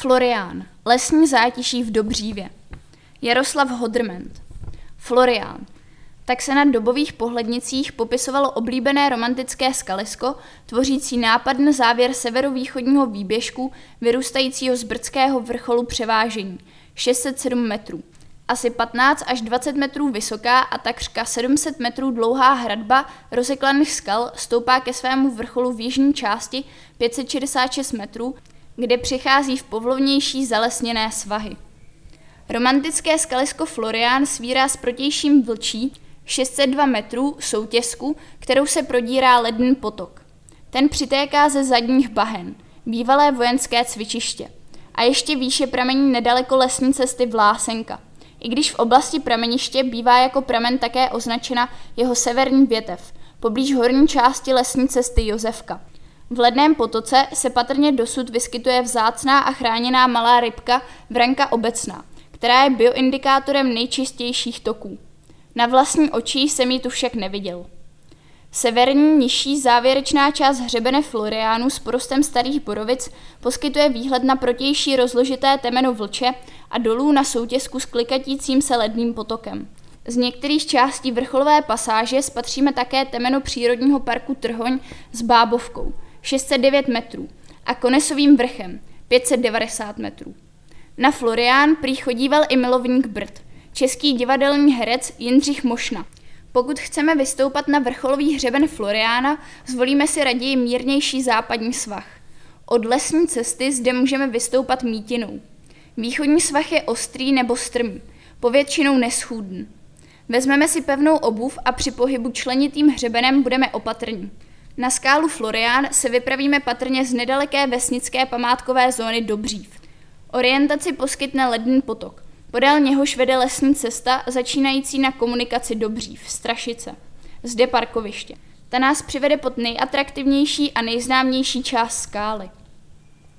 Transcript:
Florián, lesní zátiší v Dobřívě. Jaroslav Hodrment. Florián. Tak se na dobových pohlednicích popisovalo oblíbené romantické skalisko, tvořící nápadný závěr severovýchodního výběžku, vyrůstajícího z brdského vrcholu Převážení, 607 metrů. Asi 15 až 20 metrů vysoká a takřka 700 metrů dlouhá hradba rozeklaných skal stoupá ke svému vrcholu v jižní části 566 metrů, kde přichází v povlovnější zalesněné svahy. Romantické skalisko Florián svírá s protějším Vlčí 602 metrů soutěsku, kterou se prodírá ledný potok. Ten přitéká ze zadních bahen, bývalé vojenské cvičiště. A ještě výše pramení nedaleko lesní cesty Vlásenka. I když v oblasti prameniště bývá jako pramen také označena jeho severní větev, poblíž horní části lesní cesty Josefka. V ledném potoce se patrně dosud vyskytuje vzácná a chráněná malá rybka vranka obecná, která je bioindikátorem nejčistějších toků. Na vlastní oči jsem ji tu však neviděl. Severní nižší závěrečná část hřebene Floriánu s porostem starých borovic poskytuje výhled na protější rozložité temeno Vlče a dolů na soutěsku s klikatícím se ledným potokem. Z některých částí vrcholové pasáže spatříme také temeno přírodního parku Trhoň s Bábovkou, 609 metrů, a Konesovým vrchem, 590 metrů. Na Florián prý chodíval i milovník Brd, český divadelní herec Jindřich Mošna. Pokud chceme vystoupat na vrcholový hřeben Floriána, zvolíme si raději mírnější západní svah. Od lesní cesty zde můžeme vystoupat mítinou. Východní svah je ostrý nebo strmý, povětšinou neschůdný. Vezmeme si pevnou obuv a při pohybu členitým hřebenem budeme opatrní. Na skálu Florián se vypravíme patrně z nedaleké vesnické památkové zóny Dobřív. Orientaci poskytne ledný potok. Podél něhož vede lesní cesta začínající na komunikaci Dobřív, Strašice. Zde parkoviště. Ta nás přivede pod nejatraktivnější a nejznámější část skály.